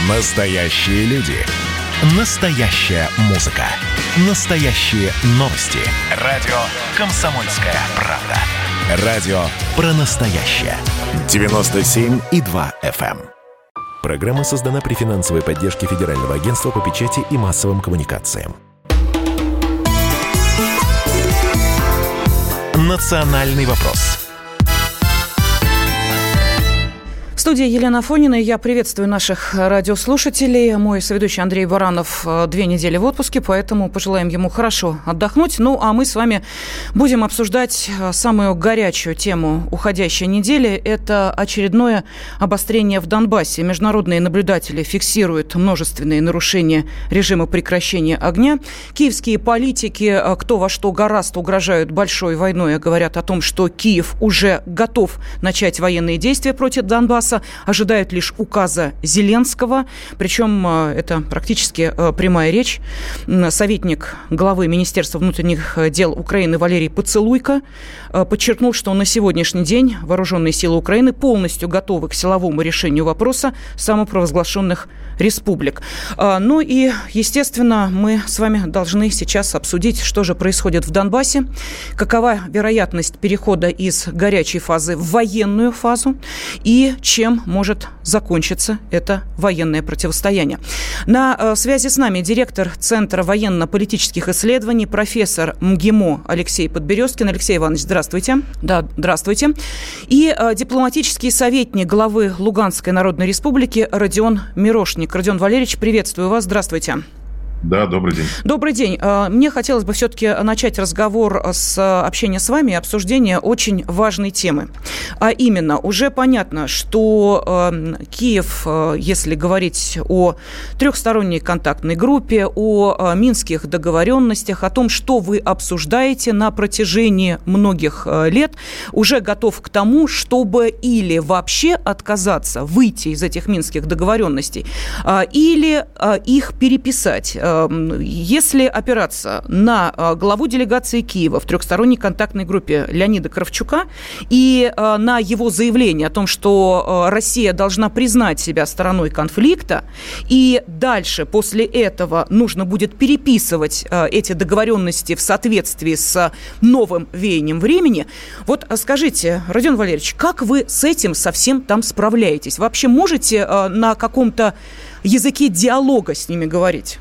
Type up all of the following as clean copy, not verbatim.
Настоящие люди. Настоящая музыка. Настоящие новости. Радио «Комсомольская правда». Радио про настоящее. 97,2 FM. Программа создана при финансовой поддержке Федерального агентства по печати и массовым коммуникациям. «Национальный вопрос». В студии Елена Афонина. Я приветствую наших радиослушателей. Мой соведущий Андрей Баранов 2 недели в отпуске, поэтому пожелаем ему хорошо отдохнуть. Ну, а мы с вами будем обсуждать самую горячую тему уходящей недели. Это очередное обострение в Донбассе. Международные наблюдатели фиксируют множественные нарушения режима прекращения огня. Киевские политики, кто во что гораст, угрожают большой войной, говорят о том, что Киев уже готов начать военные действия против Донбасса. Ожидают лишь указа Зеленского, причем это практически прямая речь. Советник главы Министерства внутренних дел Украины Валерий Поцелуйко подчеркнул, что на сегодняшний день вооруженные силы Украины полностью готовы к силовому решению вопроса самопровозглашенных республик. Ну и, естественно, мы с вами должны сейчас обсудить, что же происходит в Донбассе, какова вероятность перехода из горячей фазы в военную фазу и чем может закончиться это военное противостояние. На связи с нами директор Центра военно-политических исследований, профессор МГИМО Алексей Подберезкин. Алексей Иванович, здравствуйте. Да, здравствуйте. И дипломатический советник главы Луганской Народной Республики Родион Мирошник. Родион Валерьевич, приветствую вас. Здравствуйте. Да, добрый день. Добрый день. Мне хотелось бы все-таки начать разговор с общения с вами и обсуждения очень важной темы. А именно, уже понятно, что Киев, если говорить о трехсторонней контактной группе, о минских договоренностях, о том, что вы обсуждаете на протяжении многих лет, уже готов к тому, чтобы или вообще отказаться, выйти из этих минских договоренностей, или их переписать. Если опираться на главу делегации Киева в трехсторонней контактной группе Леонида Кравчука и на его заявление о том, что Россия должна признать себя стороной конфликта, и дальше после этого нужно будет переписывать эти договоренности в соответствии с новым веянием времени. Вот скажите, Родион Валерьевич, как вы с этим совсем там справляетесь? Вообще можете на каком-то языке диалога с ними говорить?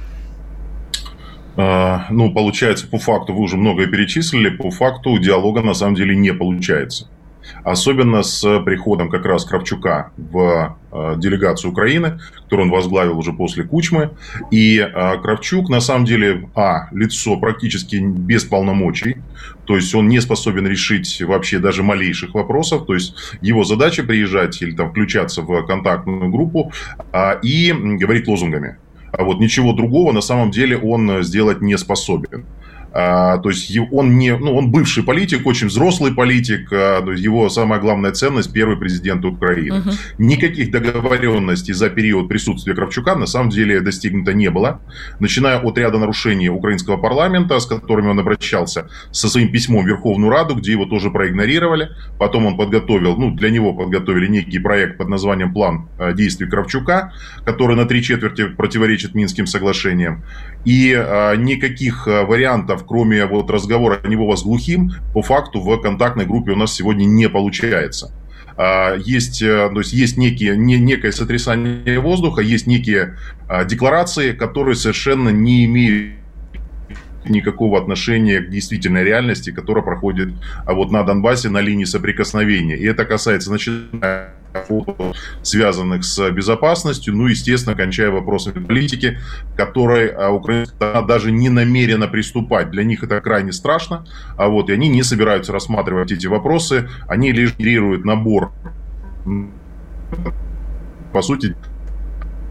Ну, получается, по факту, вы уже многое перечислили, по факту диалога на самом деле не получается. Особенно с приходом как раз Кравчука в делегацию Украины, которую он возглавил уже после Кучмы. И Кравчук, на самом деле, лицо практически без полномочий. То есть, он не способен решить вообще даже малейших вопросов. То есть, его задача приезжать или там включаться в контактную группу и говорить лозунгами. А вот ничего другого на самом деле он сделать не способен. То есть он бывший политик, очень взрослый политик. То есть его самая главная ценность — первый президент Украины. Угу. Никаких договоренностей за период присутствия Кравчука на самом деле достигнуто не было. Начиная от ряда нарушений украинского парламента, с которыми он обращался со своим письмом в Верховную Раду, где его тоже проигнорировали. Потом он для него подготовили некий проект под названием «План действий Кравчука», который на 3/4 противоречит Минским соглашениям. И никаких вариантов, кроме разговора «Него вас глухим», по факту в контактной группе у нас сегодня не получается. Есть некое сотрясание воздуха, есть некие декларации, которые совершенно не имеют никакого отношения к действительной реальности, которая проходит на Донбассе на линии соприкосновения. И это касается, начиная связанных с безопасностью, естественно, кончая вопросами политики, которой Украина даже не намерена приступать. Для них это крайне страшно, и они не собираются рассматривать эти вопросы, они лишь генерируют набор, по сути.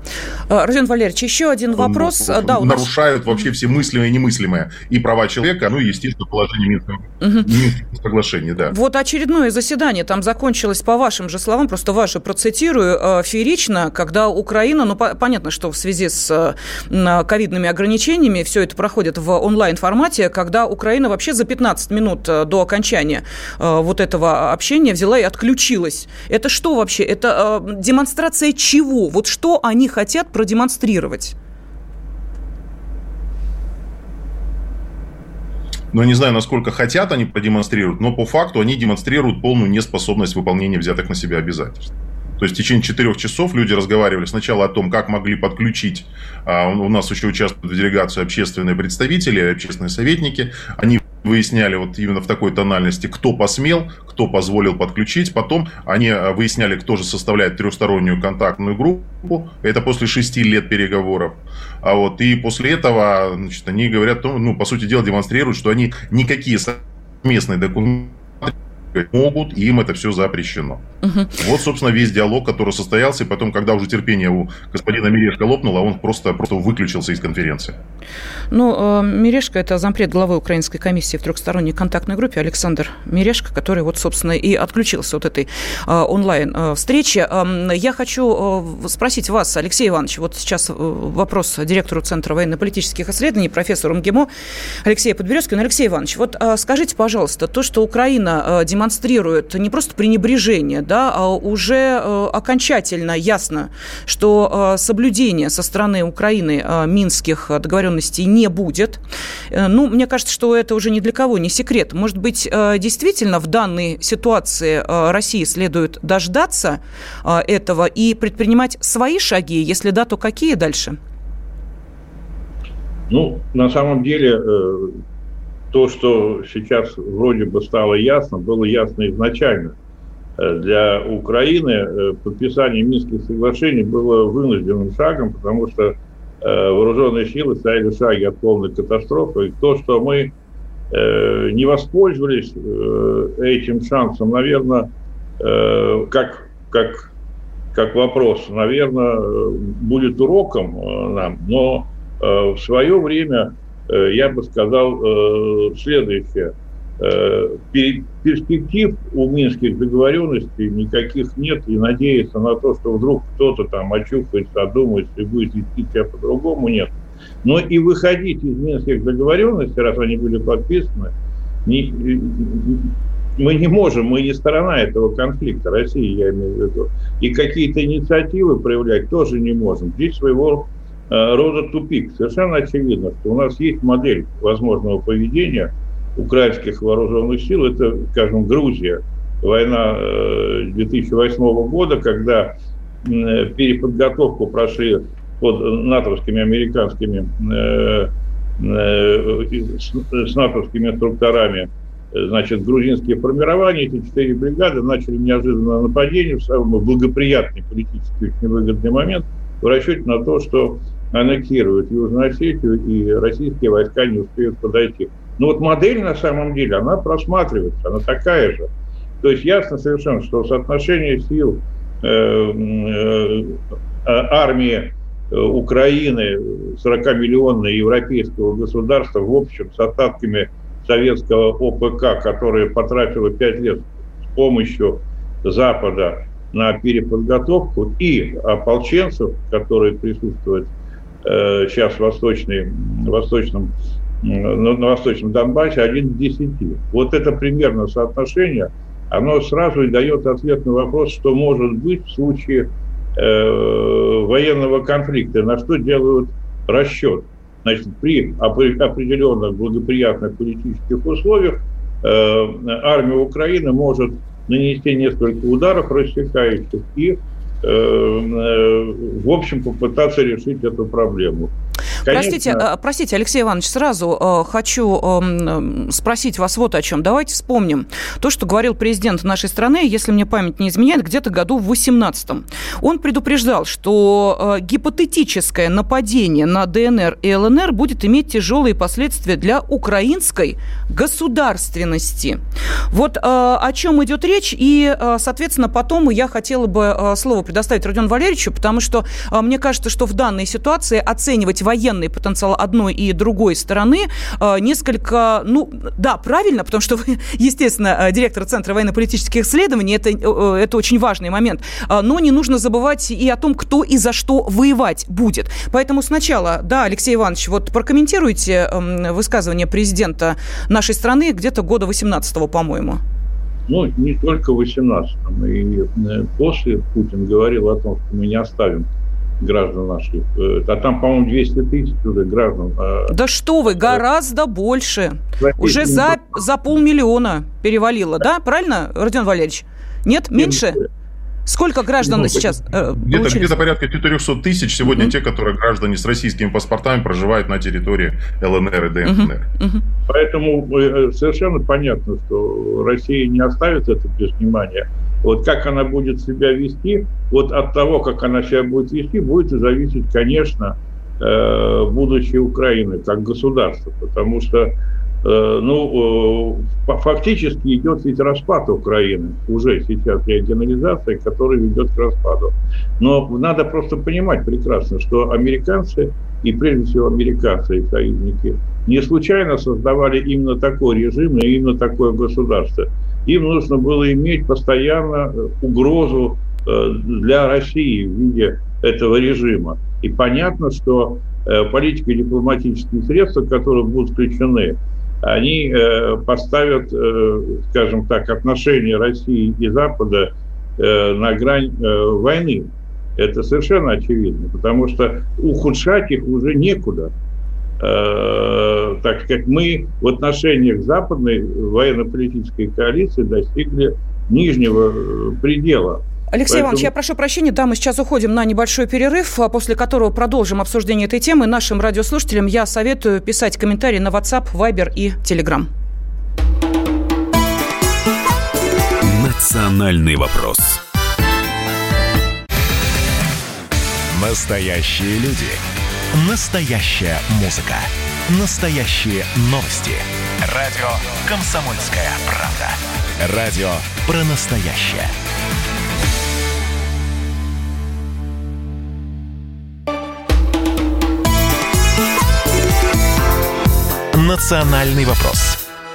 Родион Валерьевич, еще один вопрос. Нарушают вообще все мыслимые и немыслимые и права человека, ну и, естественно, положение Минских соглашений. Да. Вот очередное заседание там закончилось, по вашим же словам, просто ваши процитирую, феерично, когда Украина, ну, понятно, что в связи с ковидными ограничениями все это проходит в онлайн-формате, когда Украина вообще за 15 минут до окончания вот этого общения взяла и отключилась. Это что вообще? Это демонстрация чего? Вот что они хотят продемонстрировать? Ну, не знаю, насколько хотят они продемонстрировать, но по факту они демонстрируют полную неспособность выполнения взятых на себя обязательств. То есть в течение 4 часов люди разговаривали сначала о том, как могли подключить. У нас еще участвуют в делегации общественные представители, общественные советники. Они выясняли вот именно в такой тональности, кто посмел, кто позволил подключить. Потом они выясняли, кто же составляет трехстороннюю контактную группу. Это после 6 лет переговоров. И после этого, значит, они говорят, ну, по сути дела, демонстрируют, что они никакие совместные документы могут, и им это все запрещено. Вот, собственно, весь диалог, который состоялся, и потом, когда уже терпение у господина Мережко лопнуло, он просто выключился из конференции. Ну, Мережко – это зампред главы Украинской комиссии в трехсторонней контактной группе Александр Мережко, который вот, собственно, и отключился от этой онлайн-встречи. Я хочу спросить вас, Алексей Иванович, вот сейчас вопрос директору Центра военно-политических исследований, профессору МГИМО Алексею Подберезкину. Алексей Иванович, вот скажите, пожалуйста, то, что Украина демонстрирует не просто пренебрежение, да, а уже окончательно ясно, что соблюдения со стороны Украины минских договоренностей не будет. Ну, мне кажется, что это уже ни для кого не секрет. Может быть, действительно в данной ситуации России следует дождаться этого и предпринимать свои шаги? Если да, то какие дальше? Ну, на самом деле, то, что сейчас вроде бы стало ясно, было ясно изначально. Для Украины подписание Минских соглашений было вынужденным шагом, потому что вооруженные силы стояли в шаге от полной катастрофы. И то, что мы не воспользовались этим шансом, наверное, как вопрос, наверное, будет уроком нам. Но в свое время я бы сказал следующее. Перспектив у минских договоренностей никаких нет, и надеяться на то, что вдруг кто-то там очухается, одумается и будет вести себя по-другому, нет. Но и выходить из минских договоренностей, раз они были подписаны, мы не можем, мы не сторона этого конфликта, России, я имею в виду. И какие-то инициативы проявлять тоже не можем. Здесь своего рода тупик. Совершенно очевидно, что у нас есть модель возможного поведения украинских вооруженных сил. Это, скажем, Грузия. Война 2008 года, когда переподготовку прошли под натовскими, американскими, с натовскими инструкторами, значит, грузинские формирования, эти 4 бригады начали неожиданное нападение в самый благоприятный политически очень выгодный момент в расчете на то, что аннексируют Южную Осетию и российские войска не успеют подойти. Но вот модель на самом деле, она просматривается, она такая же. То есть ясно совершенно, что соотношение сил армии Украины, 40-миллионного европейского государства, в общем, с остатками советского ОПК, которое потратило 5 лет с помощью Запада на переподготовку, и ополченцев, которые присутствуют сейчас на Восточном Донбассе, 1 к 10. Вот это примерно соотношение, оно сразу и дает ответ на вопрос, что может быть в случае военного конфликта, на что делают расчет. Значит, при определенных благоприятных политических условиях армия Украины может нанести несколько ударов рассекающих и, в общем, попытаться решить эту проблему. Простите, Алексей Иванович, сразу хочу спросить вас вот о чем. Давайте вспомним то, что говорил президент нашей страны, если мне память не изменяет, где-то году в 2018. Он предупреждал, что гипотетическое нападение на ДНР и ЛНР будет иметь тяжелые последствия для украинской государственности. Вот о чем идет речь, и, соответственно, потом я хотела бы слово предоставить Родиону Валерьевичу, потому что мне кажется, что в данной ситуации оценивать военный потенциал одной и другой стороны несколько, правильно, потому что вы, естественно, директор Центра военно-политических исследований, это очень важный момент, но не нужно забывать и о том, кто и за что воевать будет. Поэтому сначала, Алексей Иванович, вот прокомментируйте высказывание президента нашей страны где-то года 18-го, по-моему. Не только в 18-м. И после Путин говорил о том, что мы не оставим граждан наших. А там, по-моему, 200 тысяч уже граждан. Да что вы, гораздо больше. Уже за 500 000 перевалило, да? Правильно, Родион Валерьевич? Нет, меньше? Сколько граждан сейчас где-то порядка 400 тысяч сегодня те, которые граждане с российскими паспортами проживают на территории ЛНР и ДНР. Поэтому совершенно понятно, что Россия не оставит это без внимания. Вот как она будет себя вести, вот от того, как она себя будет вести, будет и зависеть, конечно, будущее Украины как государства. Потому что фактически идет ведь распад Украины. Уже сейчас регионализация, которая ведет к распаду. Но надо просто понимать прекрасно, что американцы, и прежде всего американцы и союзники, не случайно создавали именно такой режим и именно такое государство. Им нужно было иметь постоянно угрозу для России в виде этого режима. И понятно, что политика и дипломатические средства, которые будут включены, они поставят, скажем так, отношения России и Запада на грань войны. Это совершенно очевидно, потому что ухудшать их уже некуда. Так сказать, мы в отношениях западной военно-политической коалиции достигли нижнего предела. Алексей Иванович, я прошу прощения, мы сейчас уходим на небольшой перерыв, после которого продолжим обсуждение этой темы. Нашим радиослушателям я советую писать комментарии на WhatsApp, Viber и Telegram. Национальный вопрос. Настоящие люди. Настоящая музыка. Настоящие новости. Радио «Комсомольская правда». Радио про настоящее. Национальный вопрос.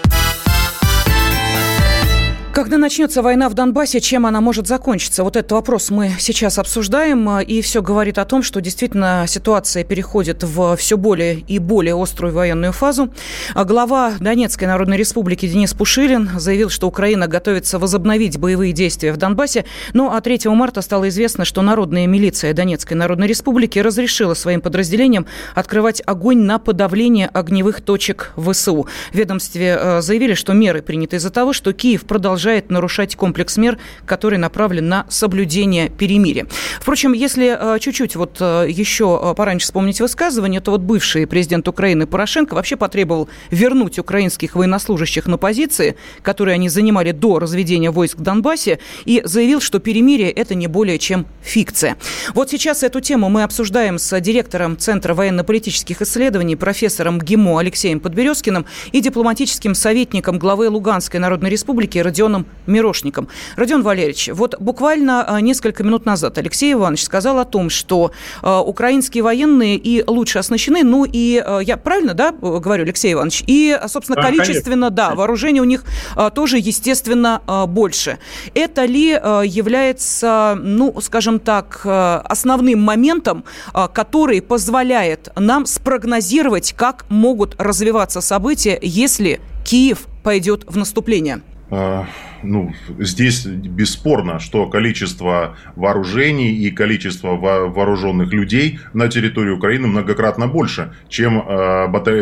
Когда начнется война в Донбассе, чем она может закончиться? Вот этот вопрос мы сейчас обсуждаем, и все говорит о том, что действительно ситуация переходит в все более и более острую военную фазу. Глава Донецкой Народной Республики Денис Пушилин заявил, что Украина готовится возобновить боевые действия в Донбассе. А 3 марта стало известно, что народная милиция Донецкой Народной Республики разрешила своим подразделениям открывать огонь на подавление огневых точек ВСУ. В ведомстве заявили, что меры приняты из-за того, что Киев продолжает нарушать комплекс мер, который направлен на соблюдение перемирия. Впрочем, если чуть-чуть еще пораньше вспомнить высказывание, то бывший президент Украины Порошенко вообще потребовал вернуть украинских военнослужащих на позиции, которые они занимали до разведения войск в Донбассе, и заявил, что перемирие – это не более чем фикция. Вот сейчас эту тему мы обсуждаем с директором Центра военно-политических исследований, профессором ГИМО Алексеем Подберезкиным и дипломатическим советником главы Луганской Народной Республики Родионом Мирошником. Родион Валерьевич, буквально несколько минут назад Алексей Иванович сказал о том, что украинские военные и лучше оснащены, и я правильно, говорю, Алексей Иванович, и, собственно, количественно, вооружение у них тоже, естественно, больше. Это ли является, скажем так, основным моментом, который позволяет нам спрогнозировать, как могут развиваться события, если Киев пойдет в наступление? Здесь бесспорно, что количество вооружений и количество вооруженных людей на территории Украины многократно больше, чем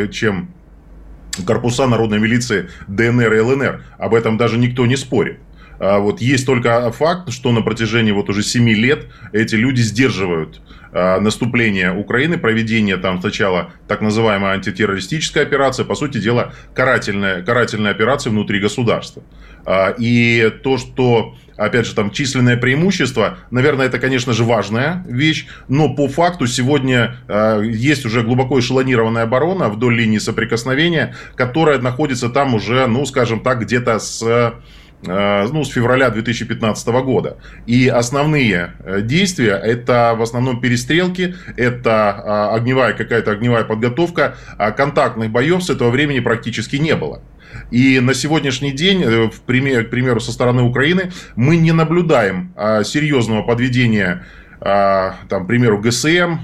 корпуса народной милиции ДНР и ЛНР. Об этом даже никто не спорит. Вот есть только факт, что на протяжении вот уже 7 лет эти люди сдерживают наступление Украины, проведение там сначала так называемой антитеррористической операции, по сути дела, карательная операция внутри государства. И то, что, опять же, там численное преимущество, наверное, это, конечно же, важная вещь, но по факту сегодня есть уже глубоко эшелонированная оборона вдоль линии соприкосновения, которая находится там уже, ну, скажем так, где-то с февраля 2015 года. И основные действия – это в основном перестрелки, это какая-то огневая подготовка, а контактных боев с этого времени практически не было. И на сегодняшний день, к примеру, со стороны Украины, мы не наблюдаем серьезного подведения, к примеру, ГСМ,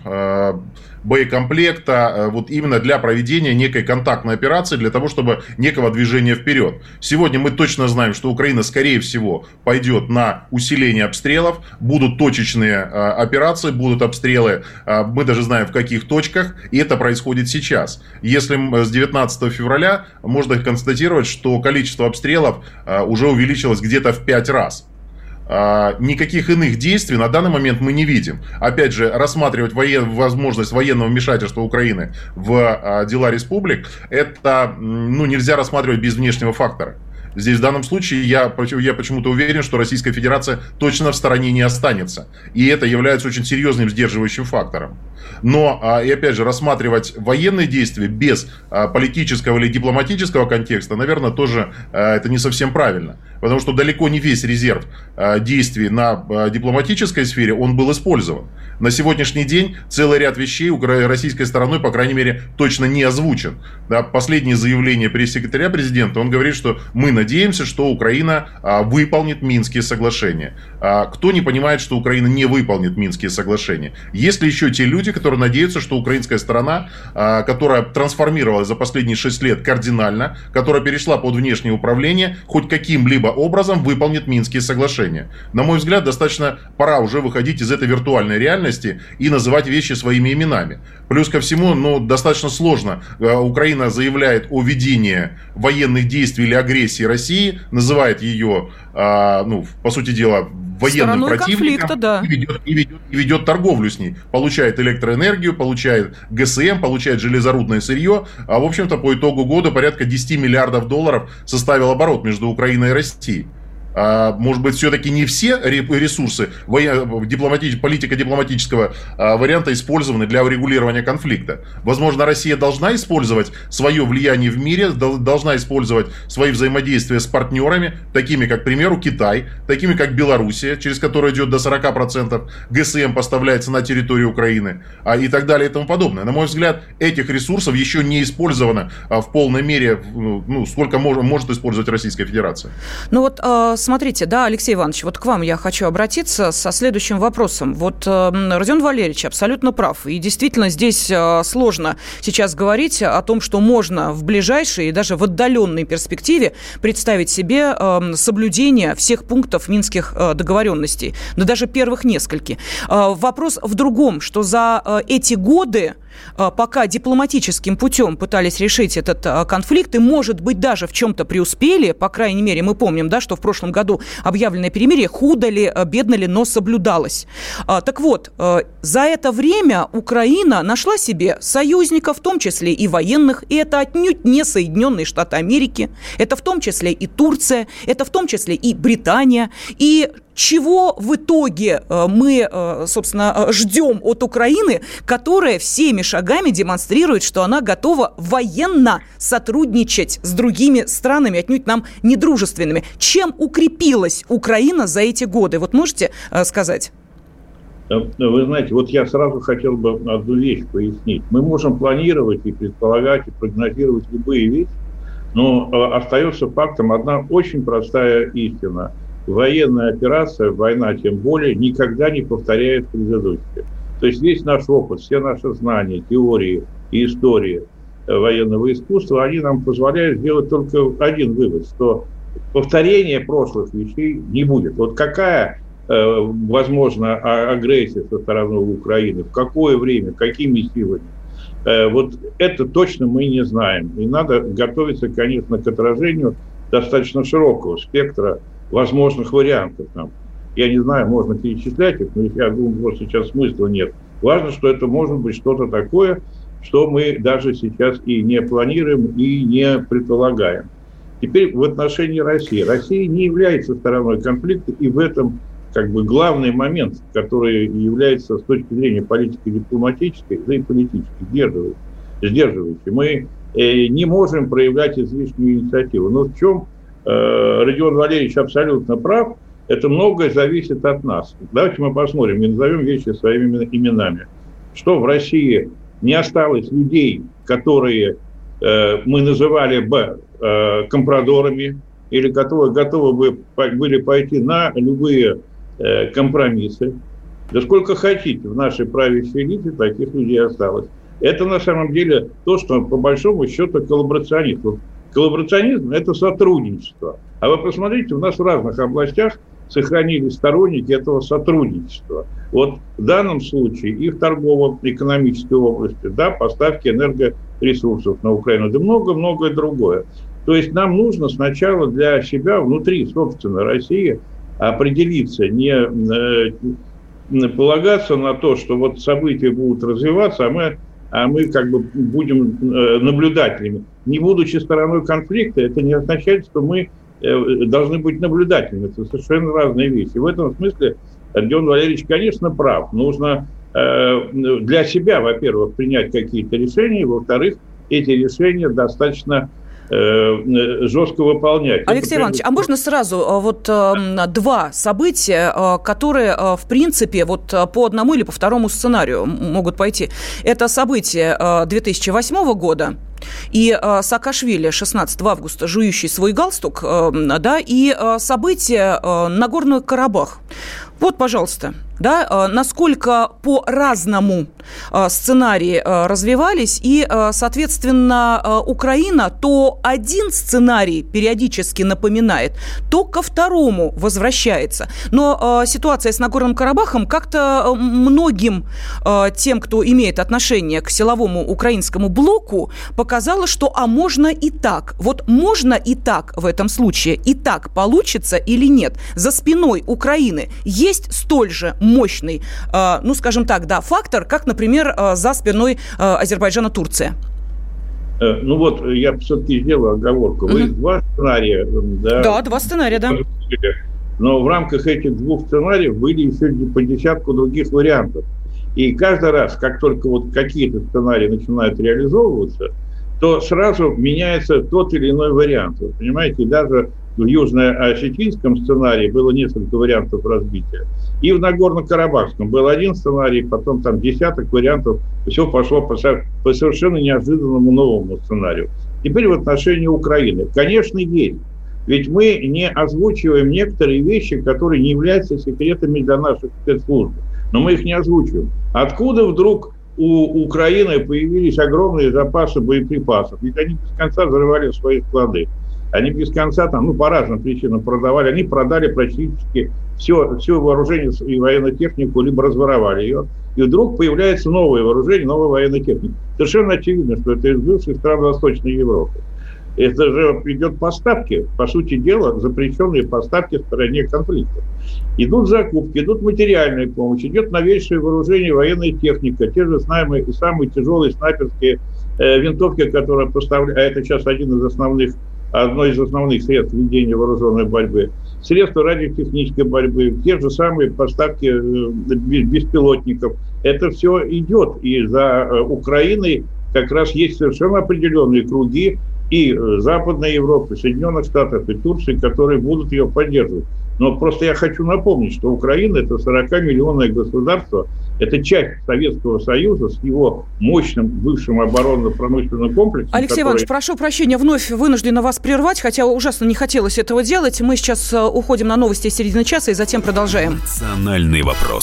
боекомплекта, вот именно для проведения некой контактной операции, для того, чтобы некого движения вперед. Сегодня мы точно знаем, что Украина, скорее всего, пойдет на усиление обстрелов, будут точечные операции, будут обстрелы, мы даже знаем в каких точках, и это происходит сейчас. Если с 19 февраля можно констатировать, что количество обстрелов уже увеличилось где-то в 5 раз. Никаких иных действий на данный момент мы не видим. Опять же, рассматривать возможность военного вмешательства Украины в дела республик, это нельзя рассматривать без внешнего фактора. Здесь в данном случае я почему-то уверен, что Российская Федерация точно в стороне не останется. И это является очень серьезным сдерживающим фактором. Но, и опять же, рассматривать военные действия без политического или дипломатического контекста, наверное, тоже это не совсем правильно. Потому что далеко не весь резерв действий на дипломатической сфере, он был использован. На сегодняшний день целый ряд вещей российской стороной, по крайней мере, точно не озвучен. Последнее заявление пресс-секретаря президента, он говорит, что мы надеемся, что Украина выполнит Минские соглашения. Кто не понимает, что Украина не выполнит Минские соглашения? Есть ли еще те люди, которые надеются, что украинская сторона, которая трансформировалась за последние 6 лет кардинально, которая перешла под внешнее управление, хоть каким-либо образом выполнит Минские соглашения? На мой взгляд, достаточно пора уже выходить из этой виртуальной реальности и называть вещи своими именами. Плюс ко всему, достаточно сложно. Украина заявляет о ведении военных действий или агрессии России, называет ее, по сути дела, военным противником, да. и ведет торговлю с ней. Получает электроэнергию, получает ГСМ, получает железорудное сырье. А в общем-то по итогу года порядка 10 миллиардов долларов составил оборот между Украиной и Россией. Может быть, все-таки не все ресурсы политико-дипломатического варианта использованы для урегулирования конфликта. Возможно, Россия должна использовать свое влияние в мире, должна использовать свои взаимодействия с партнерами, такими как, к примеру, Китай, такими как Белоруссия, через которую идет до 40% ГСМ поставляется на территорию Украины, и так далее и тому подобное. На мой взгляд, этих ресурсов еще не использовано в полной мере, сколько может использовать Российская Федерация. Смотрите, да, Алексей Иванович, вот к вам я хочу обратиться со следующим вопросом. Вот Родион Валерьевич абсолютно прав. И действительно здесь сложно сейчас говорить о том, что можно в ближайшей и даже в отдаленной перспективе представить себе соблюдение всех пунктов Минских договоренностей, да даже первых нескольких. Вопрос в другом, что за эти годы, пока дипломатическим путем пытались решить этот конфликт, и, может быть, даже в чем-то преуспели, по крайней мере, мы помним, да, что в прошлом году объявленное перемирие худо ли, бедно ли, но соблюдалось. Так вот, за это время Украина нашла себе союзников, в том числе и военных, и это отнюдь не Соединенные Штаты Америки, это в том числе и Турция, это в том числе и Британия, и чего в итоге мы, собственно, ждем от Украины, которая всеми шагами демонстрирует, что она готова военно сотрудничать с другими странами, отнюдь нам недружественными. Чем укрепилась Украина за эти годы? Вот можете сказать? Вы знаете, вот я сразу хотел бы одну вещь пояснить. Мы можем планировать и предполагать, и прогнозировать любые вещи, но остается фактом одна очень простая истина. Военная операция, война тем более, никогда не повторяет предыдущие. То есть весь наш опыт, все наши знания, теории и истории военного искусства, они нам позволяют сделать только один вывод, что повторения прошлых вещей не будет. Вот какая возможна агрессия со стороны Украины, в какое время, какими силами, вот это точно мы не знаем. И надо готовиться, конечно, к отражению достаточно широкого спектра возможных вариантов. Там, я не знаю, можно перечислять их, но я думаю, просто сейчас смысла нет. Важно, что это может быть что-то такое, что мы даже сейчас и не планируем, и не предполагаем. Теперь в отношении России. Россия не является стороной конфликта, и в этом главный момент, который является с точки зрения политико-дипломатической, да и политической, сдерживающей. Мы не можем проявлять излишнюю инициативу. Но в чем Родион Валерьевич абсолютно прав, это многое зависит от нас. Давайте мы посмотрим и назовем вещи своими именами. Что в России не осталось людей, которые мы называли бы компрадорами, или которые готовы были пойти на любые компромиссы. Да сколько хотите, в нашей правящей элите таких людей осталось. Это на самом деле то, что по большому счету коллаборационизм. Коллаборационизм – это сотрудничество. А вы посмотрите, у нас в разных областях сохранились сторонники этого сотрудничества. Вот в данном случае и в торгово-экономической области, да, поставки энергоресурсов на Украину, да многое другое. То есть нам нужно сначала для себя внутри, собственно, России определиться, не полагаться на то, что вот события будут развиваться, а мы будем наблюдателями. Не будучи стороной конфликта, это не означает, что мы должны быть наблюдателями. Это совершенно разные вещи. В этом смысле Родион Валерьевич, конечно, прав. Нужно для себя, во-первых, принять какие-то решения, во-вторых, эти решения достаточно жестко выполнять. Алексей Иванович, а можно сразу два события, которые, в принципе, по одному или по второму сценарию могут пойти? Это события 2008 года и Саакашвили 16 августа, жующий свой галстук, да, и события Нагорный Карабах. Вот, пожалуйста, да, насколько по-разному сценарии развивались, и, соответственно, Украина то один сценарий периодически напоминает, то ко второму возвращается. Но ситуация с Нагорным Карабахом как-то многим тем, кто имеет отношение к силовому украинскому блоку, показала, что можно и так. Вот можно и так в этом случае, и так получится или нет. За спиной Украины есть столь же мощный, скажем так, да, фактор, как, например, за спиной Азербайджана Турция. Я все-таки сделаю оговорку. Вы два сценария. Да, два сценария, да. Но в рамках этих двух сценариев были еще по десятку других вариантов. И каждый раз, как только какие-то сценарии начинают реализовываться, то сразу меняется тот или иной вариант. Вы понимаете, даже в южно-осетинском сценарии было несколько вариантов разбития. И в Нагорно-Карабахском был один сценарий, потом там десяток вариантов. Все пошло по совершенно неожиданному новому сценарию. Теперь в отношении Украины. Конечно, есть. Ведь мы не озвучиваем некоторые вещи, которые не являются секретами для наших спецслужб. Но мы их не озвучиваем. Откуда вдруг у Украины появились огромные запасы боеприпасов? Ведь они без конца взрывали свои склады. Они без конца по разным причинам продавали. Они продали практически все вооружение и военную технику, либо разворовали ее. И вдруг появляется новое вооружение, новая военная техника. Совершенно очевидно, что это из бывших стран Восточной Европы. Это же идет поставки, по сути дела, запрещенные поставки в стороне конфликта. Идут закупки, идут материальная помощь, идет новейшее вооружение, военная техника, те же самые тяжелые снайперские винтовки, которые поставляют, а это сейчас одно из основных средств ведения вооруженной борьбы, средства радиотехнической борьбы, те же самые поставки беспилотников. Это все идет, и за Украиной как раз есть совершенно определенные круги и Западной Европы, Соединенных Штатов и Турции, которые будут ее поддерживать. Но просто я хочу напомнить, что Украина – это 40-миллионное государство, это часть Советского Союза с его мощным бывшим оборонно-промышленным комплексом. Алексей Иванович, прошу прощения, вновь вынуждена вас прервать, хотя ужасно не хотелось этого делать. Мы сейчас уходим на новости середины часа и затем продолжаем. Национальный вопрос.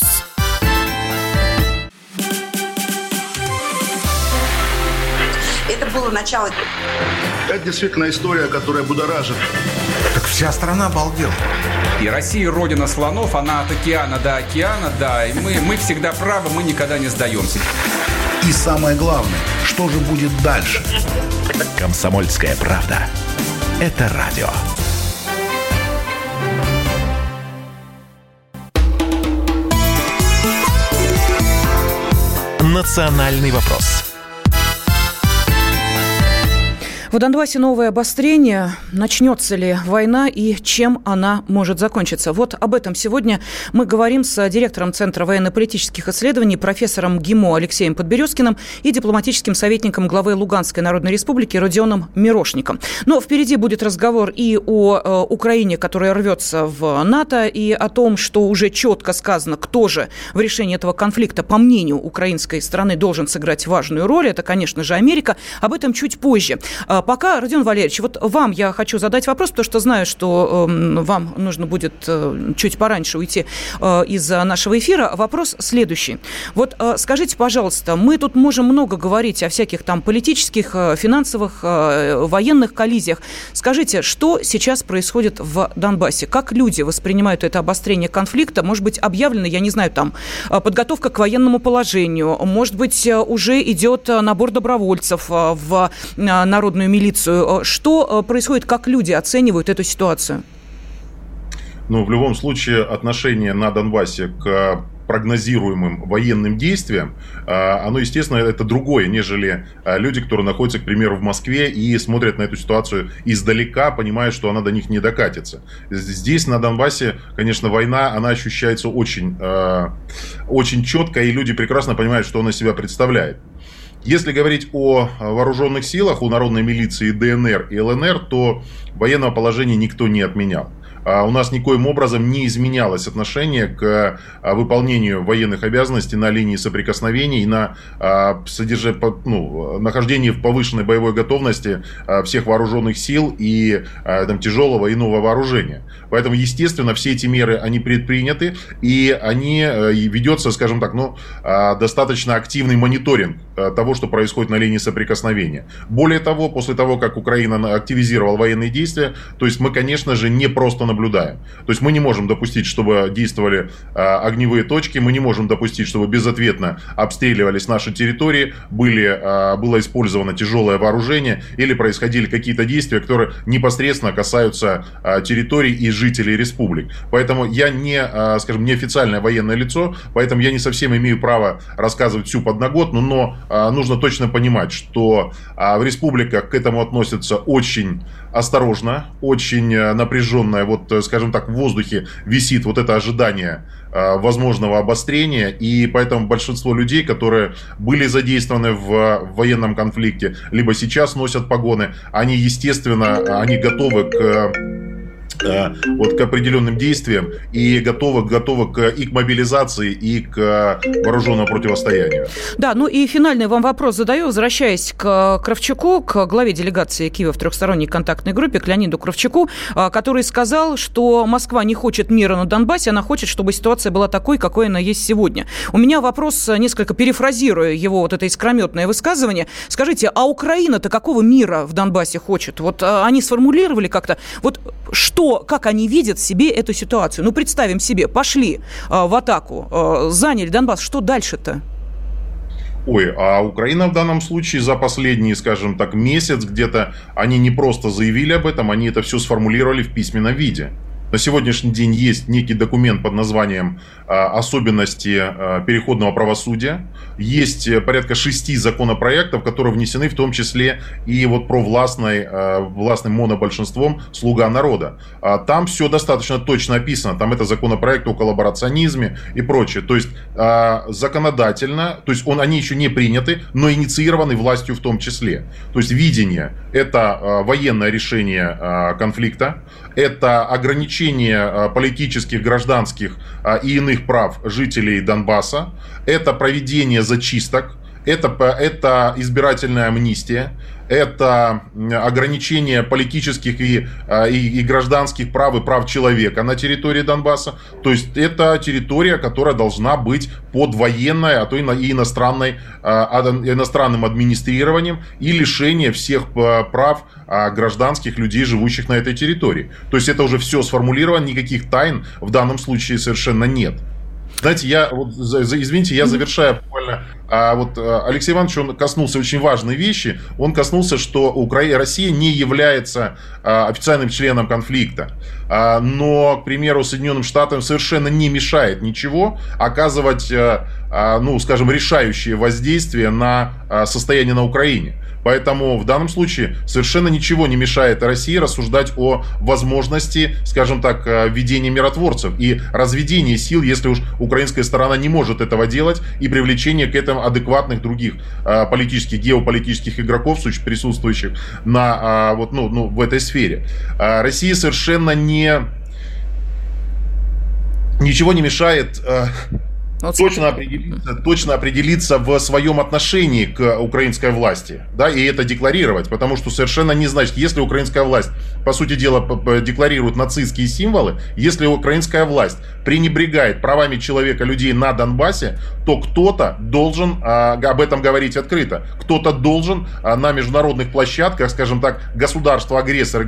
Это было начало. Это действительно история, которая будоражит. Так вся страна обалдела. И Россия родина слонов, она от океана до океана, да. И мы всегда правы, мы никогда не сдаемся. И самое главное, что же будет дальше? «Комсомольская правда». Это радио. «Национальный вопрос». В Донбассе новое обострение. Начнется ли война и чем она может закончиться? Вот об этом сегодня мы говорим с директором Центра военно-политических исследований, профессором ГИМО Алексеем Подберезкиным и дипломатическим советником главы Луганской Народной Республики Родионом Мирошником. Но впереди будет разговор и о Украине, которая рвется в НАТО, и о том, что уже четко сказано, кто же в решении этого конфликта, по мнению украинской стороны, должен сыграть важную роль. Это, конечно же, Америка. Об этом чуть позже. Пока, Родион Валерьевич, вот вам я хочу задать вопрос, потому что знаю, что вам нужно будет чуть пораньше уйти из нашего эфира. Вопрос следующий. Вот скажите, пожалуйста, мы тут можем много говорить о всяких там политических, финансовых, военных коллизиях. Скажите, что сейчас происходит в Донбассе? Как люди воспринимают это обострение конфликта? Может быть, объявлено, я не знаю, там, подготовка к военному положению? Может быть, уже идет набор добровольцев в народную милицию. Что происходит, как люди оценивают эту ситуацию? Ну, в любом случае, отношение на Донбассе к прогнозируемым военным действиям, оно, естественно, это другое, нежели люди, которые находятся, к примеру, в Москве и смотрят на эту ситуацию издалека, понимая, что она до них не докатится. Здесь, на Донбассе, конечно, война, она ощущается очень, очень четко, и люди прекрасно понимают, что она из себя представляет. Если говорить о вооруженных силах, у народной милиции ДНР и ЛНР, то военного положения никто не отменял. У нас никоим образом не изменялось отношение к выполнению военных обязанностей на линии соприкосновения и на нахождении в повышенной боевой готовности всех вооруженных сил и тяжелого иного вооружения. Поэтому, естественно, все эти меры, они предприняты, и ведется, скажем так, достаточно активный мониторинг того, что происходит на линии соприкосновения. Более того, после того, как Украина активизировала военные действия, то есть мы, конечно же, не просто наблюдаем. То есть мы не можем допустить, чтобы действовали огневые точки, мы не можем допустить, чтобы безответно обстреливались наши территории, было использовано тяжелое вооружение или происходили какие-то действия, которые непосредственно касаются территорий и жителей республик. Поэтому я не официальное военное лицо, поэтому я не совсем имею право рассказывать всю подноготную, но нужно точно понимать, что в республиках к этому относятся очень осторожно, очень напряженное, скажем так, в воздухе висит это ожидание возможного обострения, и поэтому большинство людей, которые были задействованы в военном конфликте, либо сейчас носят погоны, они, естественно, они готовы к определенным действиям и готовы и к мобилизации, и к вооруженному противостоянию. Да, и финальный вам вопрос задаю, возвращаясь к Кравчуку, к главе делегации Киева в трехсторонней контактной группе, к Леониду Кравчуку, который сказал, что Москва не хочет мира на Донбассе, она хочет, чтобы ситуация была такой, какой она есть сегодня. У меня вопрос, несколько перефразируя его это искрометное высказывание. Скажите, а Украина-то какого мира в Донбассе хочет? Они сформулировали как-то, как они видят себе эту ситуацию? Представим себе, пошли в атаку, заняли Донбасс, что дальше-то? А Украина в данном случае за последний, скажем так, месяц где-то, они не просто заявили об этом, они это все сформулировали в письменном виде. На сегодняшний день есть некий документ под названием «Особенности переходного правосудия». Есть порядка 6 законопроектов, которые внесены, в том числе и властным монобольшинством «Слуга народа». Там все достаточно точно описано. Там это законопроект о коллаборационизме и прочее. То есть законодательно, они еще не приняты, но инициированы властью в том числе. То есть видение – это военное решение конфликта, это ограничение политических, гражданских и иных прав жителей Донбасса, это проведение зачисток, это избирательная амнистия, это ограничение политических и гражданских прав и прав человека на территории Донбасса. То есть это территория, которая должна быть под военной, а то и иностранным администрированием и лишение всех прав гражданских людей, живущих на этой территории. То есть это уже все сформулировано, никаких тайн в данном случае совершенно нет. Знаете, я завершаю буквально. Алексей Иванович, он коснулся очень важной вещи. Он коснулся, что Россия не является официальным членом конфликта. Но, к примеру, Соединенным Штатам совершенно не мешает ничего оказывать скажем, решающее воздействие на состояние на Украине. Поэтому в данном случае совершенно ничего не мешает России рассуждать о возможности, скажем так, введения миротворцев и разведения сил, если уж украинская сторона не может этого делать, и привлечения к этому адекватных других политических, геополитических игроков, присутствующих в этой сфере. России совершенно ничего не мешает точно определиться в своем отношении к украинской власти, да, и это декларировать, потому что совершенно не значит, если украинская власть, по сути дела, декларирует нацистские символы, если украинская власть пренебрегает правами человека, людей на Донбассе, то кто-то должен об этом говорить открыто, кто-то должен на международных площадках, скажем так, государство-агрессор и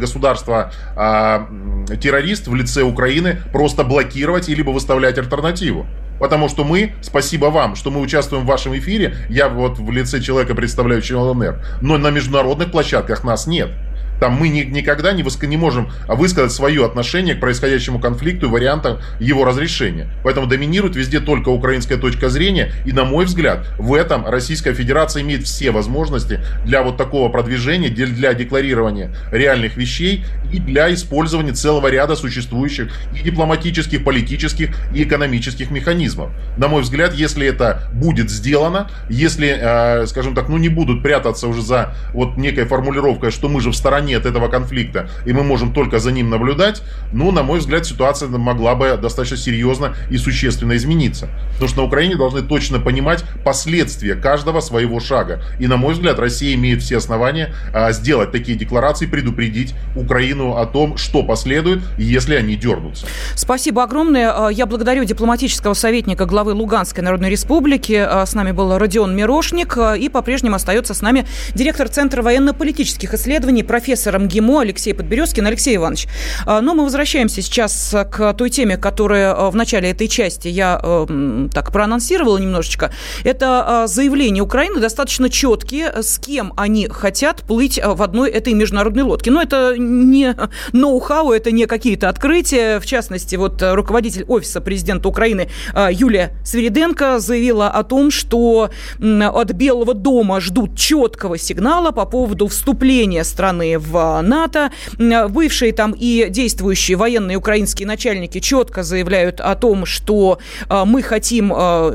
государство-террорист в лице Украины просто блокировать, либо выставлять альтернативу. Потому что мы, спасибо вам, что мы участвуем в вашем эфире, я вот в лице человека, представляющего ЛНР, но на международных площадках нас нет. Там мы никогда не можем высказать свое отношение к происходящему конфликту и вариантам его разрешения. Поэтому доминирует везде только украинская точка зрения. И, на мой взгляд, в этом Российская Федерация имеет все возможности для вот такого продвижения, для декларирования реальных вещей и для использования целого ряда существующих и дипломатических, политических и экономических механизмов. На мой взгляд, если это будет сделано, если, скажем так, не будут прятаться уже за вот некой формулировкой, что мы же в стороне от этого конфликта, и мы можем только за ним наблюдать, на мой взгляд, ситуация могла бы достаточно серьезно и существенно измениться. Потому что на Украине должны точно понимать последствия каждого своего шага. И, на мой взгляд, Россия имеет все основания сделать такие декларации, предупредить Украину о том, что последует, если они дернутся. Спасибо огромное. Я благодарю дипломатического советника главы Луганской Народной Республики. С нами был Родион Мирошник. И по-прежнему остается с нами директор Центра военно-политических исследований, профессор МГИМО Алексей Подберезкин. Алексей Иванович, мы возвращаемся сейчас к той теме, которую в начале этой части я так проанонсировала немножечко. Это заявления Украины достаточно четкие, с кем они хотят плыть в одной этой международной лодке. Но это не ноу-хау, это не какие-то открытия. В частности, вот руководитель Офиса президента Украины Юлия Свириденко заявила о том, что от Белого дома ждут четкого сигнала по поводу вступления страны в НАТО. Бывшие там и действующие военные украинские начальники четко заявляют о том, что мы хотим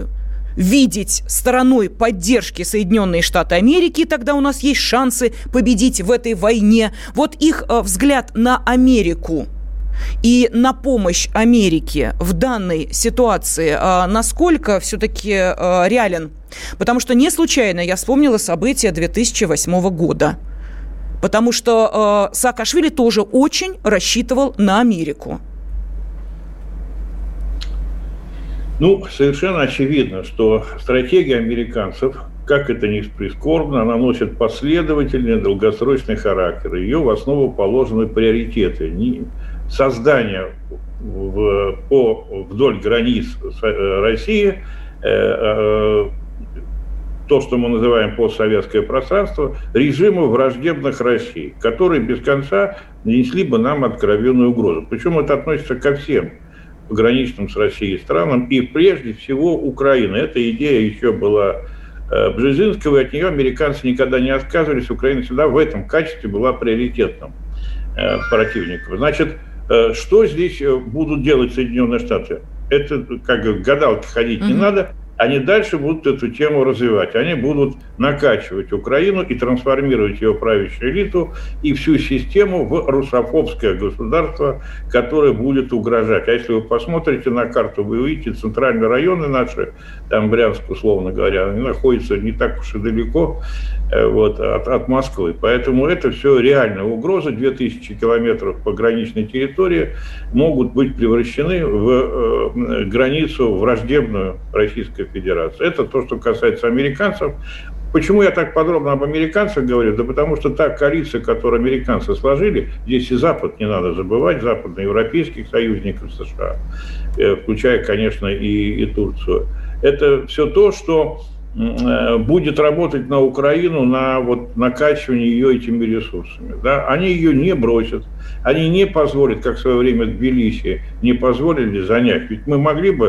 видеть стороной поддержки Соединенные Штаты Америки, тогда у нас есть шансы победить в этой войне. Вот их взгляд на Америку и на помощь Америке в данной ситуации насколько все-таки реален? Потому что не случайно я вспомнила события 2008 года. Потому что Саакашвили тоже очень рассчитывал на Америку. Совершенно очевидно, что стратегия американцев, как это ни прискорбно, она носит последовательный долгосрочный характер. Ее в основу положены приоритеты. Создание вдоль границ России, то, что мы называем постсоветское пространство, режимов враждебных России, которые без конца нанесли бы нам откровенную угрозу. Причем это относится ко всем пограничным с Россией странам и прежде всего Украина. Эта идея еще была Бжезинского, и от нее американцы никогда не отказывались. Украина всегда в этом качестве была приоритетным противником. Значит, что здесь будут делать Соединенные Штаты? Это как к гадалке ходить не надо. Они дальше будут эту тему развивать. Они будут накачивать Украину и трансформировать ее правящую элиту и всю систему в русофобское государство, которое будет угрожать. А если вы посмотрите на карту, вы увидите центральные районы наши, там Брянск, условно говоря, они находятся не так уж и далеко от Москвы. Поэтому это все реальная угроза. 2000 километров пограничной территории могут быть превращены в границу враждебную Российской Федерации. Это то, что касается американцев. Почему я так подробно об американцах говорю? Да потому что та коалиция, которую американцы сложили, здесь и Запад, не надо забывать, западноевропейских союзников США, включая, конечно, и Турцию. Это все то, что будет работать на Украину, на накачивание ее этими ресурсами. Да? Они ее не бросят, они не позволят, как в свое время Тбилиси не позволили занять. Ведь мы могли бы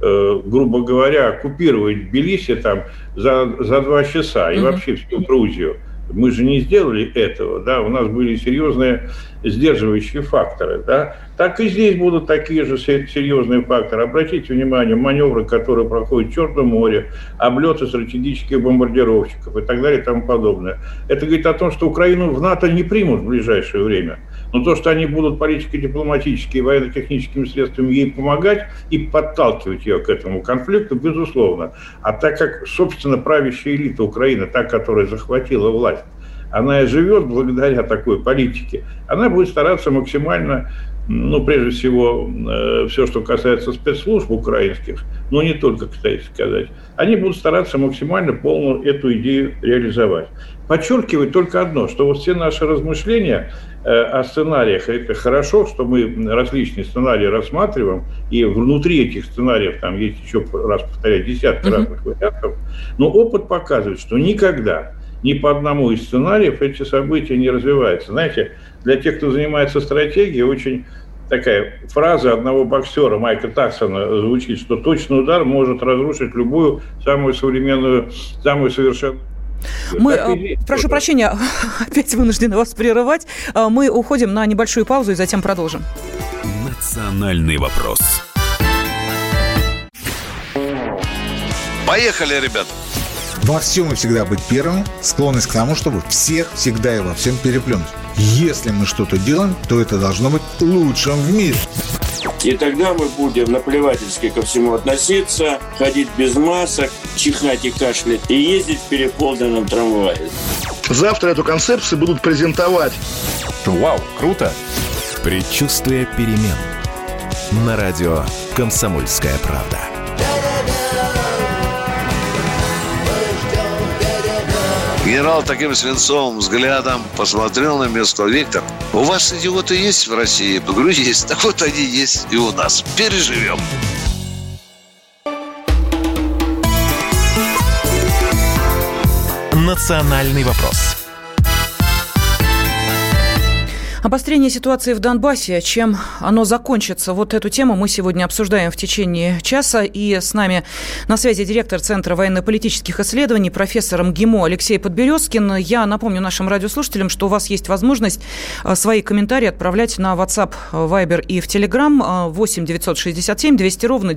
грубо говоря, оккупировать Тбилиси там за 2 часа и вообще всю Грузию. Мы же не сделали этого, да, у нас были серьезные сдерживающие факторы, да. Так и здесь будут такие же серьезные факторы. Обратите внимание, маневры, которые проходят в Черном море, облеты стратегических бомбардировщиков и так далее и тому подобное. Это говорит о том, что Украину в НАТО не примут в ближайшее время. Но то, что они будут политико-дипломатическими и военно-техническими средствами ей помогать и подталкивать ее к этому конфликту, безусловно. А так как, собственно, правящая элита Украины, та, которая захватила власть, она и живет благодаря такой политике, она будет стараться максимально, прежде всего, все, что касается спецслужб украинских, но не только, кстати сказать, они будут стараться максимально полную эту идею реализовать. Подчеркиваю только одно, что вот все наши размышления о сценариях, это хорошо, что мы различные сценарии рассматриваем, и внутри этих сценариев там есть еще, раз повторяю, десятки разных вариантов, но опыт показывает, что никогда ни по одному из сценариев эти события не развиваются. Знаете, для тех, кто занимается стратегией, очень такая фраза одного боксера Майка Тайсона звучит, что точный удар может разрушить любую самую современную, самую совершенную. Мы, прошу прощения, опять вынуждены вас прерывать. Мы уходим на небольшую паузу и затем продолжим. Национальный вопрос. Поехали, ребят! Во всем и всегда быть первым, склонность к тому, чтобы всех, всегда и во всем переплюнуть. Если мы что-то делаем, то это должно быть лучшим в мире. И тогда мы будем наплевательски ко всему относиться, ходить без масок, чихать и кашлять, и ездить в переполненном трамвае. Завтра эту концепцию будут презентовать. Вау, круто! Предчувствие перемен. На радио «Комсомольская правда». Генерал таким свинцовым взглядом посмотрел на меня и сказал: Виктор, у вас идиоты есть в России? Я говорю, есть. Так вот они есть и у нас. Переживем. Национальный вопрос. Обострение ситуации в Донбассе, чем оно закончится? Вот эту тему мы сегодня обсуждаем в течение часа. И с нами на связи директор Центра военно-политических исследований, профессор МГИМО Алексей Подберезкин. Я напомню нашим радиослушателям, что у вас есть возможность свои комментарии отправлять на WhatsApp, Viber и в Telegram 8 967 200 ровно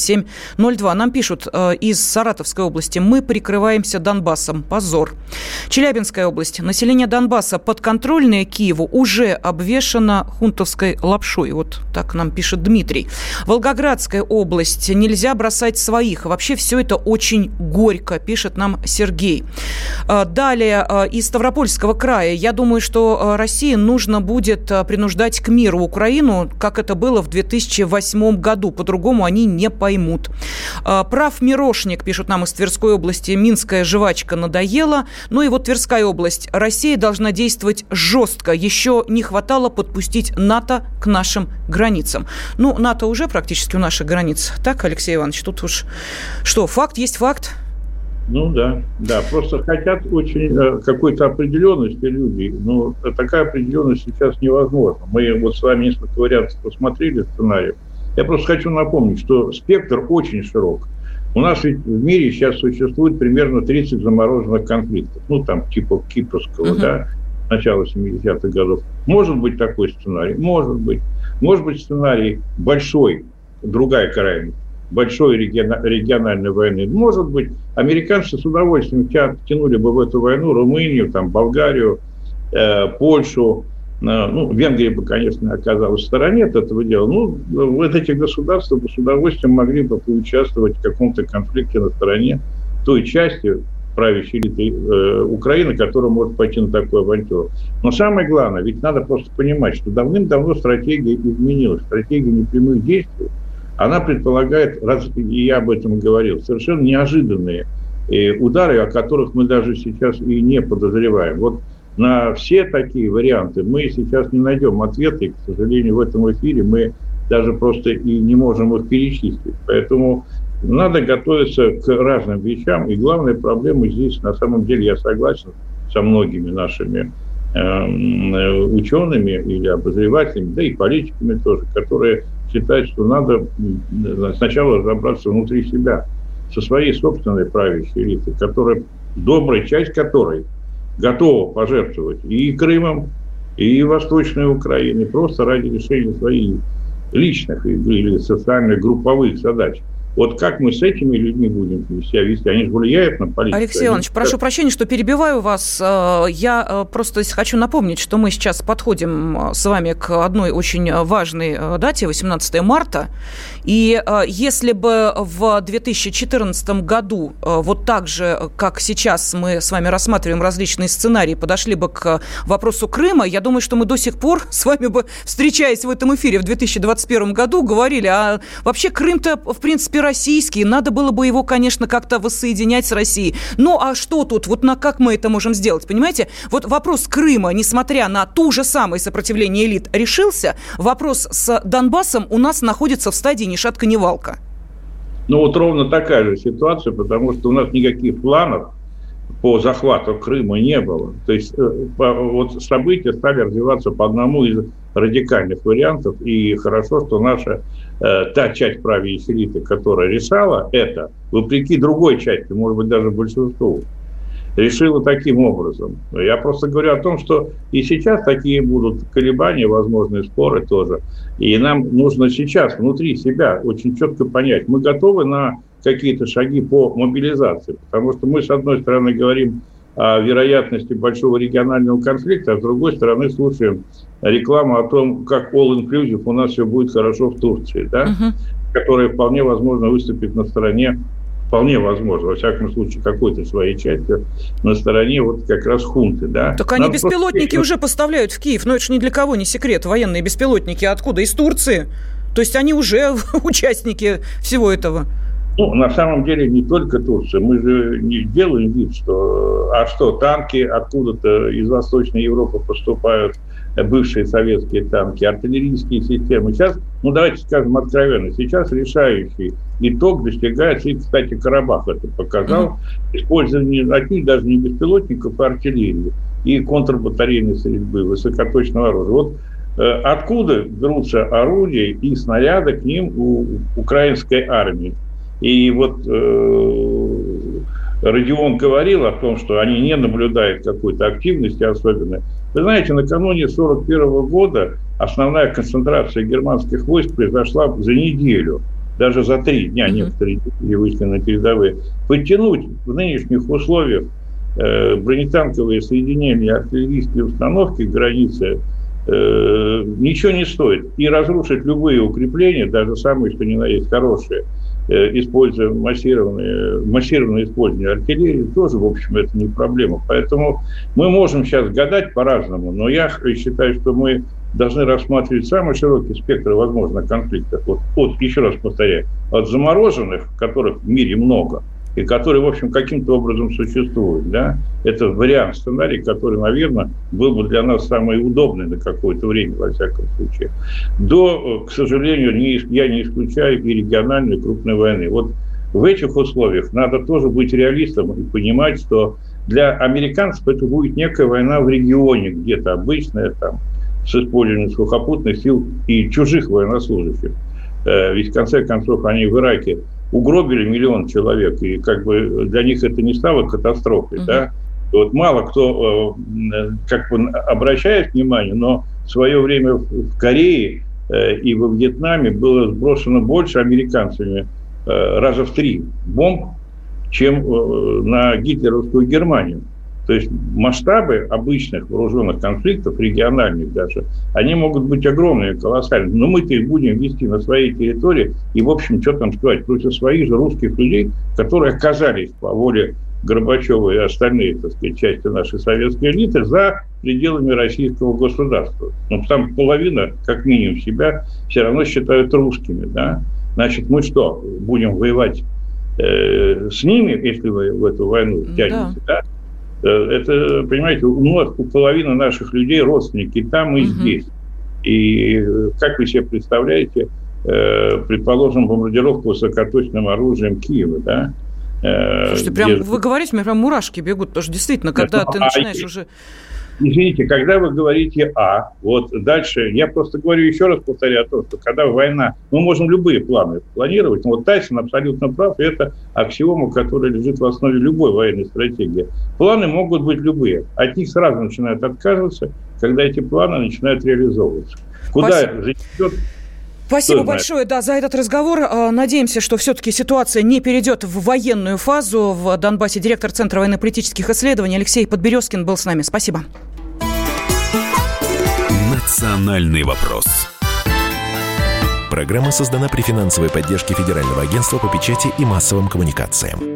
9702. Нам пишут из Саратовской области: мы прикрываемся Донбассом. Позор. Челябинская область. Население Донбасса, подконтрольное Киеву, уже обвешана хунтовской лапшой. Вот так нам пишет Дмитрий. Волгоградская область. Нельзя бросать своих. Вообще все это очень горько, пишет нам Сергей. Далее, из Ставропольского края. Я думаю, что России нужно будет принуждать к миру Украину, как это было в 2008 году. По-другому они не поймут. Прав Мирошник, пишут нам из Тверской области. Минская жвачка надоела. Ну и вот Тверская область. Россия должна действовать жестко. Еще не хватало подпустить НАТО к нашим границам. Ну, НАТО уже практически у наших границ. Так, Алексей Иванович, тут уж что, факт есть факт. Ну да, просто хотят очень какой-то определенности люди, но такая определенность сейчас невозможна. Мы вот с вами несколько вариантов посмотрели сценариев. Я просто хочу напомнить, что спектр очень широк. У нас ведь в мире сейчас существует примерно 30 замороженных конфликтов, ну там типа Кипрского, да, начала 70-х годов. Может быть такой сценарий? Может быть. Может быть сценарий большой, другая крайность, большой региональной войны. Может быть. Американцы с удовольствием тянули бы в эту войну Румынию, там, Болгарию, Польшу. Венгрия бы, конечно, оказалась в стороне от этого дела. Вот эти государства бы с удовольствием могли бы поучаствовать в каком-то конфликте на стороне той части правящей элиты Украины, которая может пойти на такую авантюру. Но самое главное, ведь надо просто понимать, что давным-давно стратегия изменилась. Стратегия непрямых действий, она предполагает, и я об этом говорил, совершенно неожиданные удары, о которых мы даже сейчас и не подозреваем. Вот на все такие варианты мы сейчас не найдем ответа, и, к сожалению, в этом эфире мы даже просто и не можем их перечислить. Поэтому надо готовиться к разным вещам. И главная проблема здесь, на самом деле, я согласен со многими нашими учеными или обозревателями, да и политиками тоже, которые считает, что надо сначала разобраться внутри себя, со своей собственной правящей элитой, добрая часть которой готова пожертвовать и Крымом, и Восточной Украиной, просто ради решения своих личных или социальных групповых задач. Вот как мы с этими людьми будем себя вести? Они же влияют на политику. Алексей Иванович, прошу прощения, что перебиваю вас. Я просто хочу напомнить, что мы сейчас подходим с вами к одной очень важной дате, 18 марта. И если бы в 2014 году вот так же, как сейчас мы с вами рассматриваем различные сценарии, подошли бы к вопросу Крыма, я думаю, что мы до сих пор с вами бы, встречаясь в этом эфире в 2021 году, говорили, а вообще Крым-то, в принципе, российский, надо было бы его, конечно, как-то воссоединять с Россией. Ну, а что тут? Вот как мы это можем сделать, понимаете? Вот вопрос Крыма, несмотря на ту же самое сопротивление элит, решился. Вопрос с Донбассом у нас находится в стадии ни шатка, ни валка. Ну, вот ровно такая же ситуация, потому что у нас никаких планов по захвату Крыма не было. То есть вот события стали развиваться по одному из радикальных вариантов, и хорошо, что наша та часть правящей элиты, которая решала это, вопреки другой части, может быть, даже большинству, решила таким образом. Я просто говорю о том, что и сейчас такие будут колебания, возможные споры тоже. И нам нужно сейчас внутри себя очень четко понять, мы готовы на какие-то шаги по мобилизации, потому что мы, с одной стороны, говорим о вероятности большого регионального конфликта, а с другой стороны, слушаем рекламу о том, как all-inclusive у нас все будет хорошо в Турции, да? Которая вполне возможно выступит на стороне, вполне возможно, во всяком случае, какой-то своей частью, на стороне вот как раз хунты, да. Так они беспилотники уже поставляют в Киев, но это же ни для кого не секрет, военные беспилотники откуда? Из Турции. То есть они уже участники всего этого. Ну, на самом деле, не только Турция. Мы же не делаем вид, что... А что, танки откуда-то из Восточной Европы поступают, бывшие советские танки, артиллерийские системы. Сейчас, ну, давайте скажем откровенно, сейчас решающий итог достигается, и, кстати, Карабах это показал, использование отнюдь даже не беспилотников, а артиллерии и контрбатарейной стрельбы, высокоточного оружия. Вот откуда берутся орудия и снаряды к ним у украинской армии. И вот Родион говорил о том, что они не наблюдают какой-то активности особенной. Вы знаете, накануне 1941 года основная концентрация германских войск произошла за неделю, даже за 3 дня некоторые вышли на передовые. Подтянуть в нынешних условиях бронетанковые соединения, артиллерийские установки к границе ничего не стоит. И разрушить любые укрепления, даже самые, что ни на есть хорошие, используя массированное использование артиллерии, тоже, в общем, это не проблема. Поэтому мы можем сейчас гадать по-разному, но я считаю, что мы должны рассматривать самый широкий спектр возможных конфликтов. Вот еще раз повторяю, от замороженных, которых в мире много, и которые, в общем, каким-то образом существуют. Да? Это вариант, сценарий, который, наверное, был бы для нас самый удобный на какое-то время, во всяком случае. До, к сожалению, я не исключаю и региональной крупной войны. Вот в этих условиях надо тоже быть реалистом и понимать, что для американцев это будет некая война в регионе, где-то обычная, там, с использованием сухопутных сил и чужих военнослужащих. Ведь, в конце концов, они в Ираке угробили 1 миллион человек, и как бы для них это не стало катастрофой, да? Вот мало кто как бы обращает внимание, но в свое время в Корее и во Вьетнаме было сброшено больше американцами раза в 3 бомб, чем на гитлеровскую Германию. То есть масштабы обычных вооруженных конфликтов, региональных даже, они могут быть огромными, колоссальными. Но мы-то их будем вести на своей территории и, в общем, что там сказать, против своих же русских людей, которые оказались по воле Горбачева и остальные, так сказать, части нашей советской элиты за пределами российского государства. Но там половина, как минимум, себя все равно считают русскими. Да? Значит, мы что, будем воевать с ними, если вы в эту войну тянете? Да. Это, понимаете, у половины наших людей родственники там и здесь. И как вы себе представляете, предположим, бомбардировку высокоточным оружием Киева, да? Слушайте, прям вы говорите, у меня прям мурашки бегут, потому что действительно, когда ты начинаешь уже Извините, когда вы говорите вот дальше, я просто говорю, еще раз повторяю о том, что когда война, мы можем любые планы планировать, но вот Тайсон абсолютно прав, и это аксиома, которая лежит в основе любой военной стратегии. Планы могут быть любые, от них сразу начинают отказываться, когда эти планы начинают реализовываться. Куда это зайдет? Спасибо большое, за этот разговор. Надеемся, что все-таки ситуация не перейдет в военную фазу в Донбассе. Директор Центра военно-политических исследований Алексей Подберезкин был с нами. Спасибо. «Национальный вопрос». Программа создана при финансовой поддержке Федерального агентства по печати и массовым коммуникациям.